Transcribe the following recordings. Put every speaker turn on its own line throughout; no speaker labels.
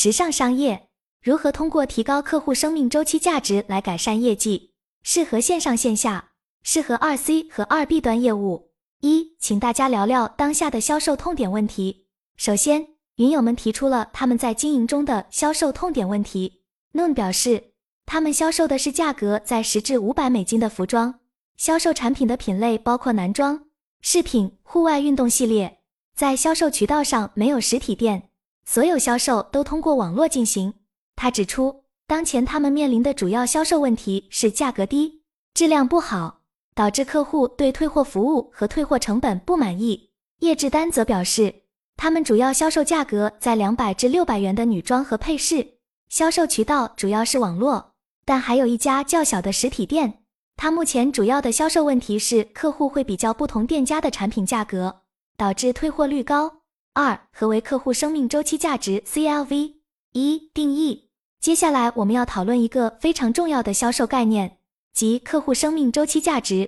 时尚商业如何通过提高客户生命周期价值来改善业绩？适合线上线下，适合 2C 和 2B 端业务。请大家聊聊当下的销售痛点问题。首先，云友们提出了他们在经营中的销售痛点问题。Noon 表示，他们销售的是价格在10至500美金的服装，销售产品的品类包括男装、饰品、户外运动系列。在销售渠道上没有实体店，所有销售都通过网络进行。他指出，当前他们面临的主要销售问题是价格低、质量不好，导致客户对退货服务和退货成本不满意。叶志丹则表示，他们主要销售价格在200至600元的女装和配饰，销售渠道主要是网络，但还有一家较小的实体店。他目前主要的销售问题是客户会比较不同店家的产品价格，导致退货率高。何为客户生命周期价值 CLV？ 定义。接下来我们要讨论一个非常重要的销售概念，即客户生命周期价值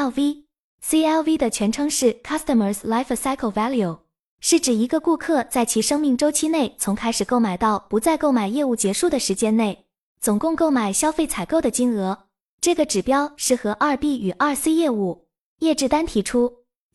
CLV。CLV 的全称是 Customers Life Cycle Value， 是指一个顾客在其生命周期内从开始购买到不再购买业务结束的时间内，总共购买消费采购的金额。这个指标适合 2B 与 2C 业务。叶志丹提出，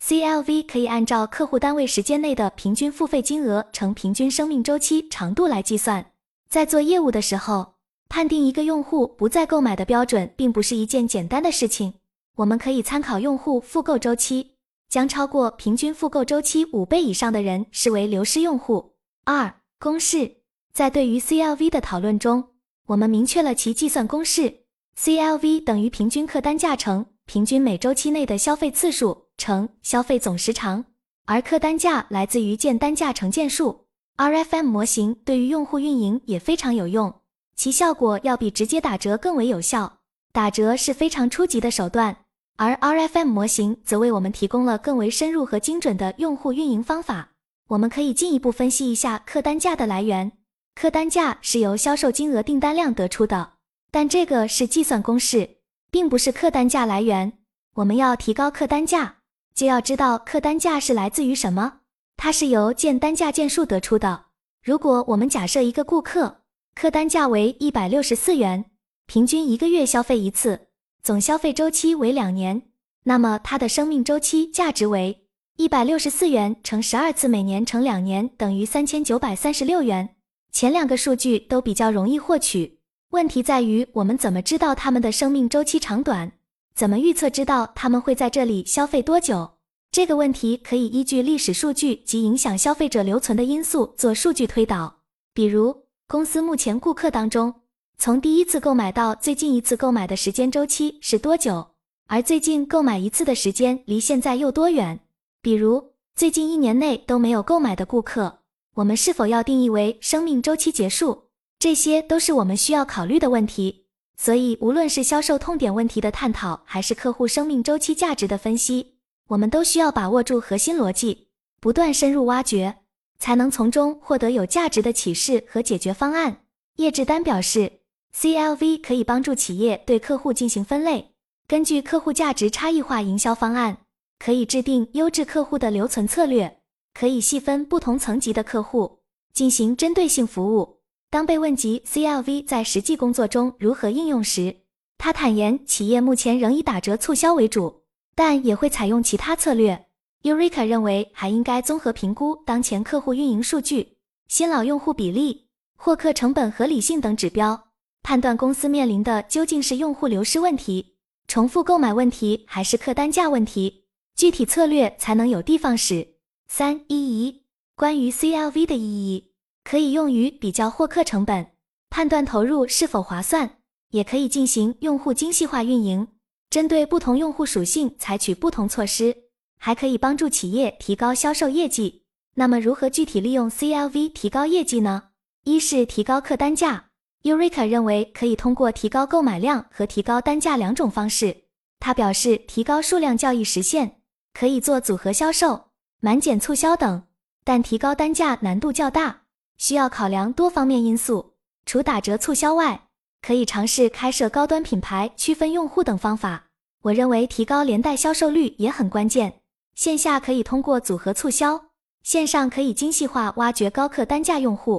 CLV 可以按照客户单位时间内的平均付费金额乘平均生命周期长度来计算。在做业务的时候，判定一个用户不再购买的标准并不是一件简单的事情。我们可以参考用户复购周期，将超过平均复购周期5倍以上的人视为流失用户。公式。在对于 CLV 的讨论中，我们明确了其计算公式。CLV 等于平均客单价乘平均每周期内的消费次数乘消费总时长，而客单价来自于件单价乘件数。RFM 模型对于用户运营也非常有用，其效果要比直接打折更为有效。打折是非常初级的手段，而 RFM 模型则为我们提供了更为深入和精准的用户运营方法。我们可以进一步分析一下客单价的来源。客单价是由销售金额订单量得出的，但这个是计算公式，并不是客单价来源。我们要提高客单价，就要知道客单价是来自于什么。它是由件单价件数得出的。如果我们假设一个顾客客单价为164元，平均1个月消费一次，总消费周期为2年，那么它的生命周期价值为164元乘12次，每年乘2年等于3936元。前两个数据都比较容易获取，问题在于我们怎么知道他们的生命周期长短，怎么预测知道他们会在这里消费多久。这个问题可以依据历史数据及影响消费者留存的因素做数据推导。比如，公司目前顾客当中，从第一次购买到最近一次购买的时间周期是多久，而最近购买一次的时间离现在又多远。比如，最近1年内都没有购买的顾客，我们是否要定义为生命周期结束？这些都是我们需要考虑的问题。所以，无论是销售痛点问题的探讨，还是客户生命周期价值的分析，我们都需要把握住核心逻辑，不断深入挖掘，才能从中获得有价值的启示和解决方案。叶志丹表示， CLV 可以帮助企业对客户进行分类，根据客户价值差异化营销方案，可以制定优质客户的留存策略，可以细分不同层级的客户，进行针对性服务。当被问及 CLV 在实际工作中如何应用时，他坦言企业目前仍以打折促销为主，但也会采用其他策略。Eureka 认为还应该综合评估当前客户运营数据、新老用户比例、获客成本合理性等指标，判断公司面临的究竟是用户流失问题、重复购买问题还是客单价问题，具体策略才能有的放矢。意义。关于 CLV 的意义，可以用于比较获客成本，判断投入是否划算，也可以进行用户精细化运营，针对不同用户属性采取不同措施，还可以帮助企业提高销售业绩。那么如何具体利用 CLV 提高业绩呢？一是提高客单价。Eureka 认为可以通过提高购买量和提高单价2种方式。他表示提高数量较易实现，可以做组合销售、满减促销等，但提高单价难度较大，需要考量多方面因素。除打折促销外，可以尝试开设高端品牌区分用户等方法。我认为提高连带销售率也很关键。线下可以通过组合促销，线上可以精细化挖掘高客单价用户，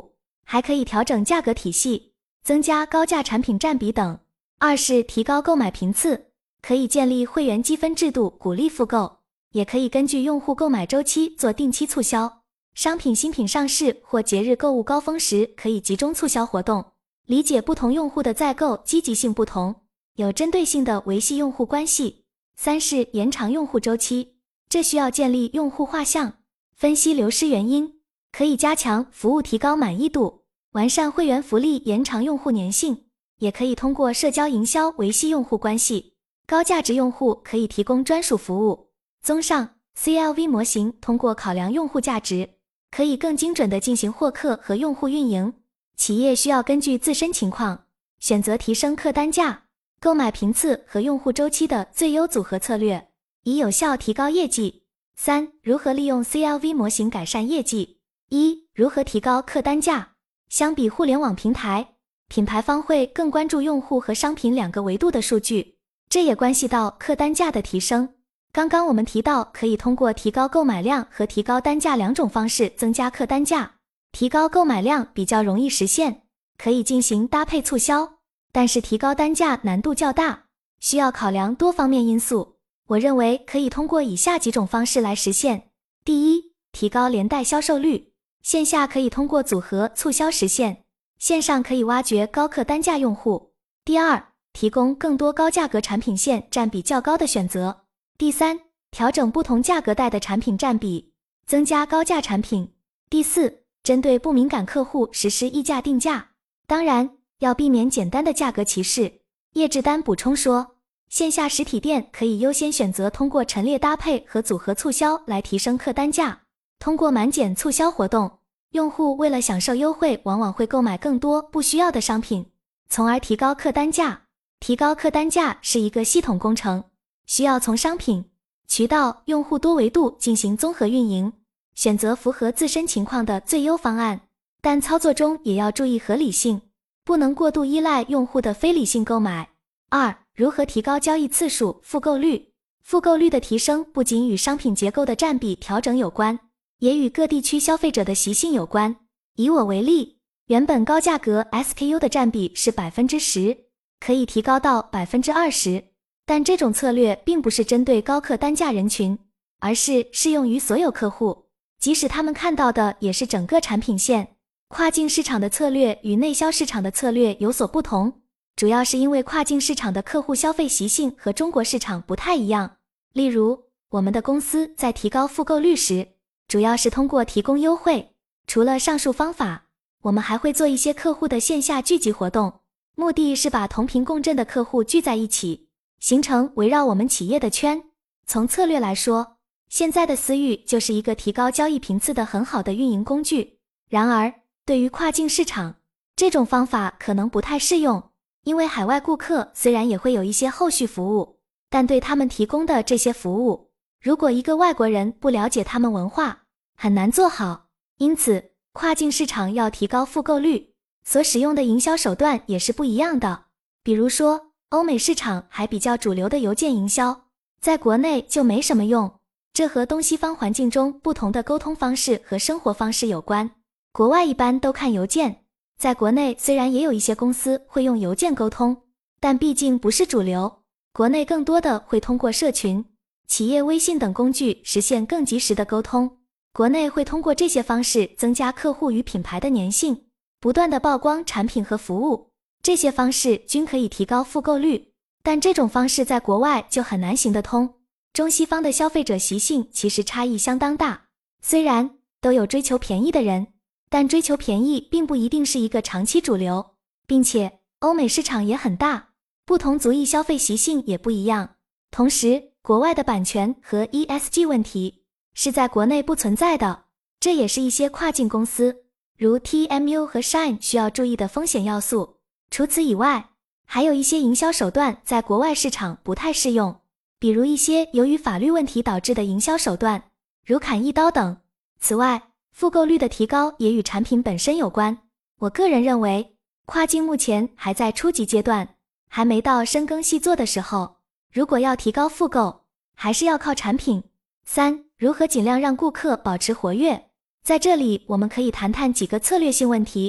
还可以调整价格体系，增加高价产品占比等。二是提高购买频次，可以建立会员积分制度，鼓励复购，也可以根据用户购买周期做定期促销。商品新品上市或节日购物高峰时可以集中促销活动。理解不同用户的再购积极性不同，有针对性的维系用户关系。三是延长用户周期，这需要建立用户画像，分析流失原因，可以加强服务提高满意度，完善会员福利延长用户粘性，也可以通过社交营销维系用户关系。高价值用户可以提供专属服务。综上， CLV 模型通过考量用户价值，可以更精准地进行获客和用户运营。企业需要根据自身情况，选择提升客单价、购买频次和用户周期的最优组合策略，以有效提高业绩。三、如何利用 CLV 模型改善业绩？一、如何提高客单价？相比互联网平台，品牌方会更关注用户和商品两个维度的数据，这也关系到客单价的提升。刚刚我们提到，可以通过提高购买量和提高单价两种方式增加客单价。提高购买量比较容易实现，可以进行搭配促销，但是提高单价难度较大，需要考量多方面因素。我认为可以通过以下几种方式来实现。第一，提高连带销售率，线下可以通过组合促销实现，线上可以挖掘高客单价用户。第二，提供更多高价格产品线占比较高的选择。第三，调整不同价格带的产品占比，增加高价产品。第四，针对不敏感客户实施溢价定价，当然要避免简单的价格歧视。叶志丹补充说，线下实体店可以优先选择通过陈列搭配和组合促销来提升客单价。通过满减促销活动，用户为了享受优惠，往往会购买更多不需要的商品，从而提高客单价。提高客单价是一个系统工程，需要从商品、渠道、用户多维度进行综合运营，选择符合自身情况的最优方案，但操作中也要注意合理性，不能过度依赖用户的非理性购买。二、如何提高交易次数、复购率？复购率的提升不仅与商品结构的占比调整有关，也与各地区消费者的习性有关。以我为例，原本高价格 SKU 的占比是 10%， 可以提高到 20%， 但这种策略并不是针对高客单价人群，而是适用于所有客户，即使他们看到的也是整个产品线。跨境市场的策略与内销市场的策略有所不同，主要是因为跨境市场的客户消费习性和中国市场不太一样。例如，我们的公司在提高复购率时，主要是通过提供优惠。除了上述方法，我们还会做一些客户的线下聚集活动，目的是把同频共振的客户聚在一起，形成围绕我们企业的圈。从策略来说，现在的私域就是一个提高交易频次的很好的运营工具。然而，对于跨境市场，这种方法可能不太适用，因为海外顾客虽然也会有一些后续服务，但对他们提供的这些服务，如果一个外国人不了解他们文化，很难做好。因此，跨境市场要提高复购率，所使用的营销手段也是不一样的。比如说，欧美市场还比较主流的邮件营销，在国内就没什么用，这和东西方环境中不同的沟通方式和生活方式有关。国外一般都看邮件，在国内虽然也有一些公司会用邮件沟通，但毕竟不是主流，国内更多的会通过社群、企业微信等工具实现更及时的沟通。国内会通过这些方式增加客户与品牌的粘性，不断的曝光产品和服务，这些方式均可以提高复购率，但这种方式在国外就很难行得通。中西方的消费者习性其实差异相当大，虽然都有追求便宜的人，但追求便宜并不一定是一个长期主流，并且欧美市场也很大，不同族裔消费习性也不一样。同时，国外的版权和 ESG 问题是在国内不存在的，这也是一些跨境公司，如 TMU 和 Shine 需要注意的风险要素。除此以外，还有一些营销手段在国外市场不太适用，比如一些由于法律问题导致的营销手段，如砍一刀等。此外，复购率的提高也与产品本身有关。我个人认为，跨境目前还在初级阶段，还没到深耕细作的时候，如果要提高复购，还是要靠产品。三、如何尽量让顾客保持活跃？在这里我们可以谈谈几个策略性问题。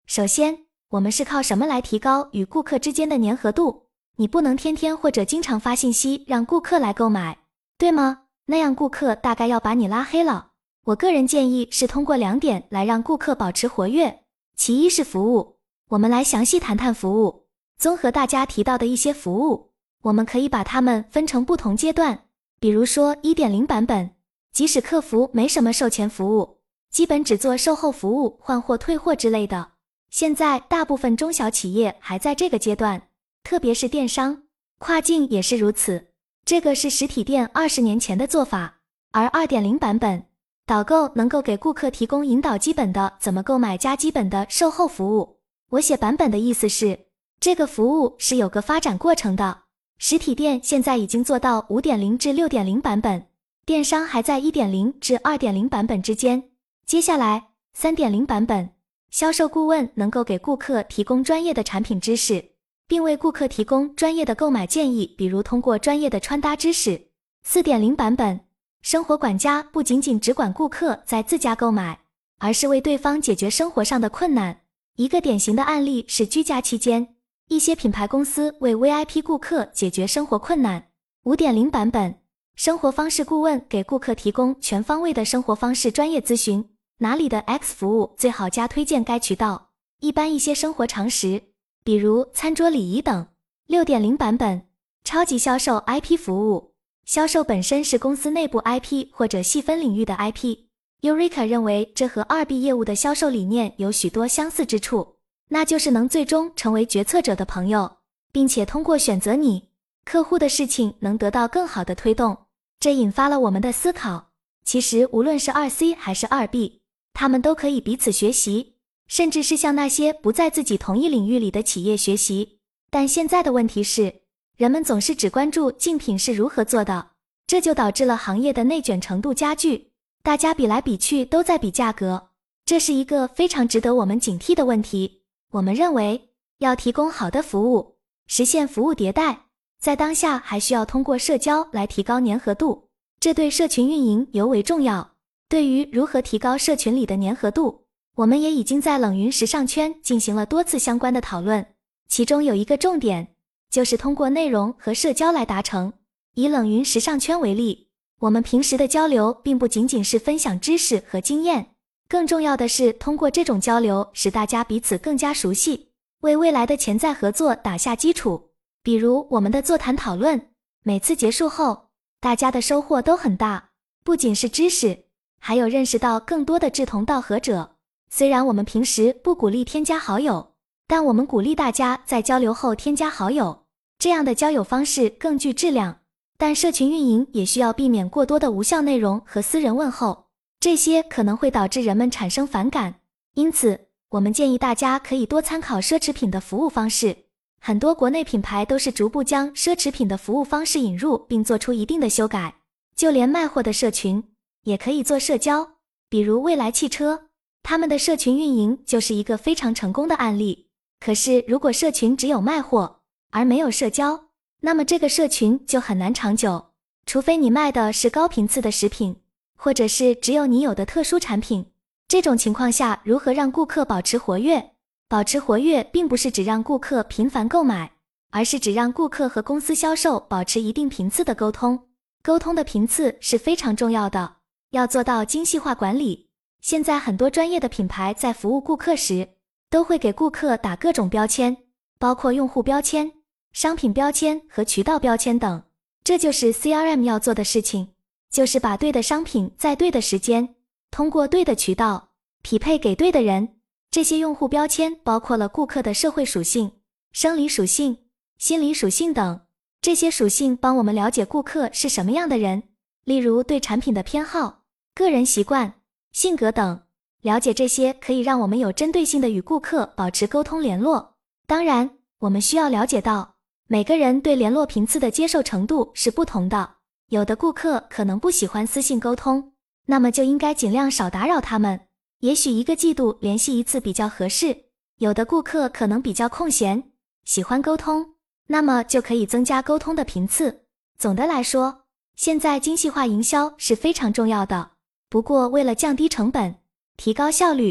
首先，我们是靠什么来提高与顾客之间的粘合度？你不能天天或者经常发信息让顾客来购买，对吗？那样顾客大概要把你拉黑了。我个人建议是通过2点来让顾客保持活跃。其一是服务，我们来详细谈谈服务。综合大家提到的一些服务，我们可以把它们分成不同阶段。比如说 1.0 版本，即使客服没什么售前服务，基本只做售后服务、换货退货之类的。现在大部分中小企业还在这个阶段，特别是电商，跨境也是如此。这个是实体店20年前的做法。而 2.0 版本，导购能够给顾客提供引导基本的怎么购买加基本的售后服务。我写版本的意思是，这个服务是有个发展过程的。实体店现在已经做到 5.0 至 6.0 版本，电商还在 1.0 至 2.0 版本之间。接下来 3.0 版本，销售顾问能够给顾客提供专业的产品知识，并为顾客提供专业的购买建议，比如通过专业的穿搭知识。4.0 版本，生活管家不仅仅只管顾客在自家购买，而是为对方解决生活上的困难。一个典型的案例是居家期间，一些品牌公司为 VIP 顾客解决生活困难。5.0 版本，生活方式顾问给顾客提供全方位的生活方式专业咨询，哪里的 X 服务最好加推荐该渠道。一般一些生活常识，比如餐桌礼仪等。6.0 版本，超级销售 IP 服务，销售本身是公司内部 IP 或者细分领域的 IP。Eureka 认为这和2B 业务的销售理念有许多相似之处，那就是能最终成为决策者的朋友，并且通过选择你客户的事情能得到更好的推动。这引发了我们的思考，其实无论是 2C 还是 2B， 他们都可以彼此学习，甚至是向那些不在自己同一领域里的企业学习。但现在的问题是，人们总是只关注竞品是如何做的，这就导致了行业的内卷程度加剧，大家比来比去都在比价格，这是一个非常值得我们警惕的问题。我们认为，要提供好的服务，实现服务迭代，在当下还需要通过社交来提高粘合度，这对社群运营尤为重要。对于如何提高社群里的粘合度，我们也已经在冷云时尚圈进行了多次相关的讨论，其中有一个重点，就是通过内容和社交来达成。以冷云时尚圈为例，我们平时的交流并不仅仅是分享知识和经验，更重要的是通过这种交流使大家彼此更加熟悉，为未来的潜在合作打下基础。比如我们的座谈讨论，每次结束后，大家的收获都很大，不仅是知识，还有认识到更多的志同道合者。虽然我们平时不鼓励添加好友，但我们鼓励大家在交流后添加好友，这样的交友方式更具质量。但社群运营也需要避免过多的无效内容和私人问候，这些可能会导致人们产生反感。因此，我们建议大家可以多参考奢侈品的服务方式。很多国内品牌都是逐步将奢侈品的服务方式引入并做出一定的修改，就连卖货的社群也可以做社交，比如蔚来汽车，他们的社群运营就是一个非常成功的案例。可是如果社群只有卖货而没有社交，那么这个社群就很难长久，除非你卖的是高频次的食品，或者是只有你有的特殊产品。这种情况下，如何让顾客保持活跃？保持活跃并不是只让顾客频繁购买，而是只让顾客和公司销售保持一定频次的沟通。沟通的频次是非常重要的，要做到精细化管理。现在很多专业的品牌在服务顾客时，都会给顾客打各种标签，包括用户标签、商品标签和渠道标签等。这就是 CRM 要做的事情，就是把对的商品在对的时间，通过对的渠道，匹配给对的人。这些用户标签包括了顾客的社会属性、生理属性、心理属性等，这些属性帮我们了解顾客是什么样的人，例如对产品的偏好、个人习惯、性格等。了解这些可以让我们有针对性的与顾客保持沟通联络。当然，我们需要了解到，每个人对联络频次的接受程度是不同的，有的顾客可能不喜欢私信沟通，那么就应该尽量少打扰他们，也许1个季度联系1次比较合适。有的顾客可能比较空闲，喜欢沟通，那么就可以增加沟通的频次。总的来说，现在精细化营销是非常重要的，不过为了降低成本，提高效率，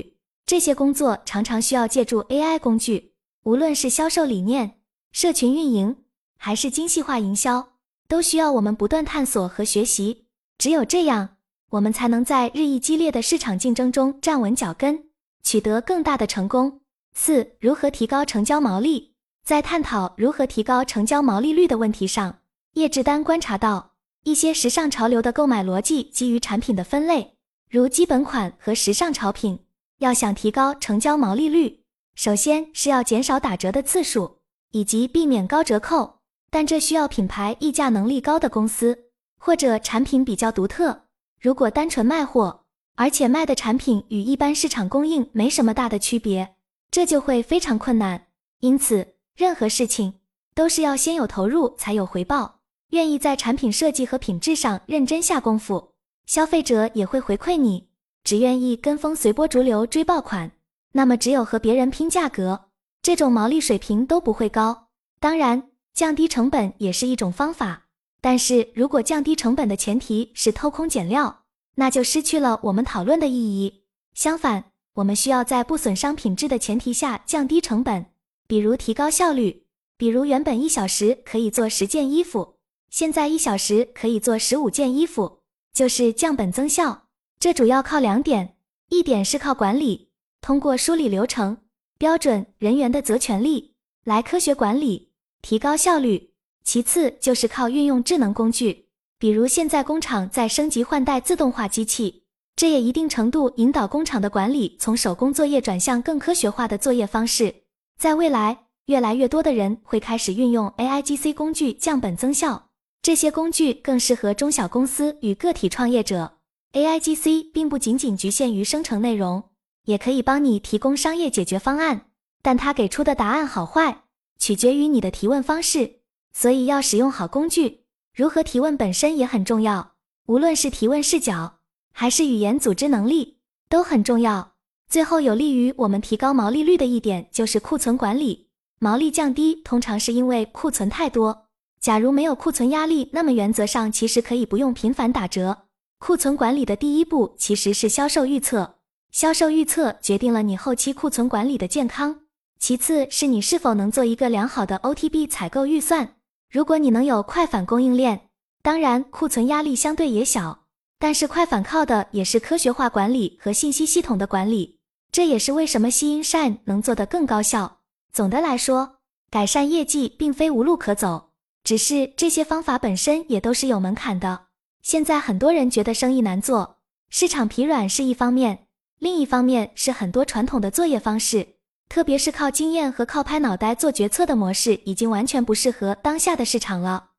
这些工作常常需要借助 AI 工具，无论是销售理念、社群运营，还是精细化营销，都需要我们不断探索和学习。只有这样，我们才能在日益激烈的市场竞争中站稳脚跟，取得更大的成功。4. 如何提高成交毛利？在探讨如何提高成交毛利率的问题上，叶志丹观察到，一些时尚潮流的购买逻辑基于产品的分类，如基本款和时尚潮品。要想提高成交毛利率，首先是要减少打折的次数，以及避免高折扣，但这需要品牌议价能力高的公司，或者产品比较独特。如果单纯卖货，而且卖的产品与一般市场供应没什么大的区别，这就会非常困难。因此，任何事情都是要先有投入才有回报。愿意在产品设计和品质上认真下功夫，消费者也会回馈你。只愿意跟风随波逐流追爆款，那么只有和别人拼价格，这种毛利水平都不会高。当然，降低成本也是一种方法，但是如果降低成本的前提是偷工减料，那就失去了我们讨论的意义。相反，我们需要在不损伤品质的前提下降低成本，比如提高效率，比如原本1小时可以做10件衣服，现在1小时可以做15件衣服，就是降本增效。这主要靠2点，一点是靠管理，通过梳理流程、标准、人员的责权利来科学管理，提高效率。其次就是靠运用智能工具，比如现在工厂在升级换代自动化机器，这也一定程度引导工厂的管理从手工作业转向更科学化的作业方式。在未来，越来越多的人会开始运用 AIGC 工具降本增效，这些工具更适合中小公司与个体创业者。AIGC 并不仅仅局限于生成内容，也可以帮你提供商业解决方案，但它给出的答案好坏，取决于你的提问方式，所以要使用好工具。如何提问本身也很重要，无论是提问视角，还是语言组织能力，都很重要。最后有利于我们提高毛利率的一点就是库存管理。毛利降低通常是因为库存太多，假如没有库存压力，那么原则上其实可以不用频繁打折。库存管理的第一步其实是销售预测，销售预测决定了你后期库存管理的健康。其次是你是否能做一个良好的 OTB 采购预算。如果你能有快返供应链，当然库存压力相对也小，但是快返靠的也是科学化管理和信息系统的管理，这也是为什么西音 Shine 能做得更高效。总的来说，改善业绩并非无路可走，只是这些方法本身也都是有门槛的。现在很多人觉得生意难做，市场疲软是一方面，另一方面是很多传统的作业方式，特别是靠经验和靠拍脑袋做决策的模式，已经完全不适合当下的市场了。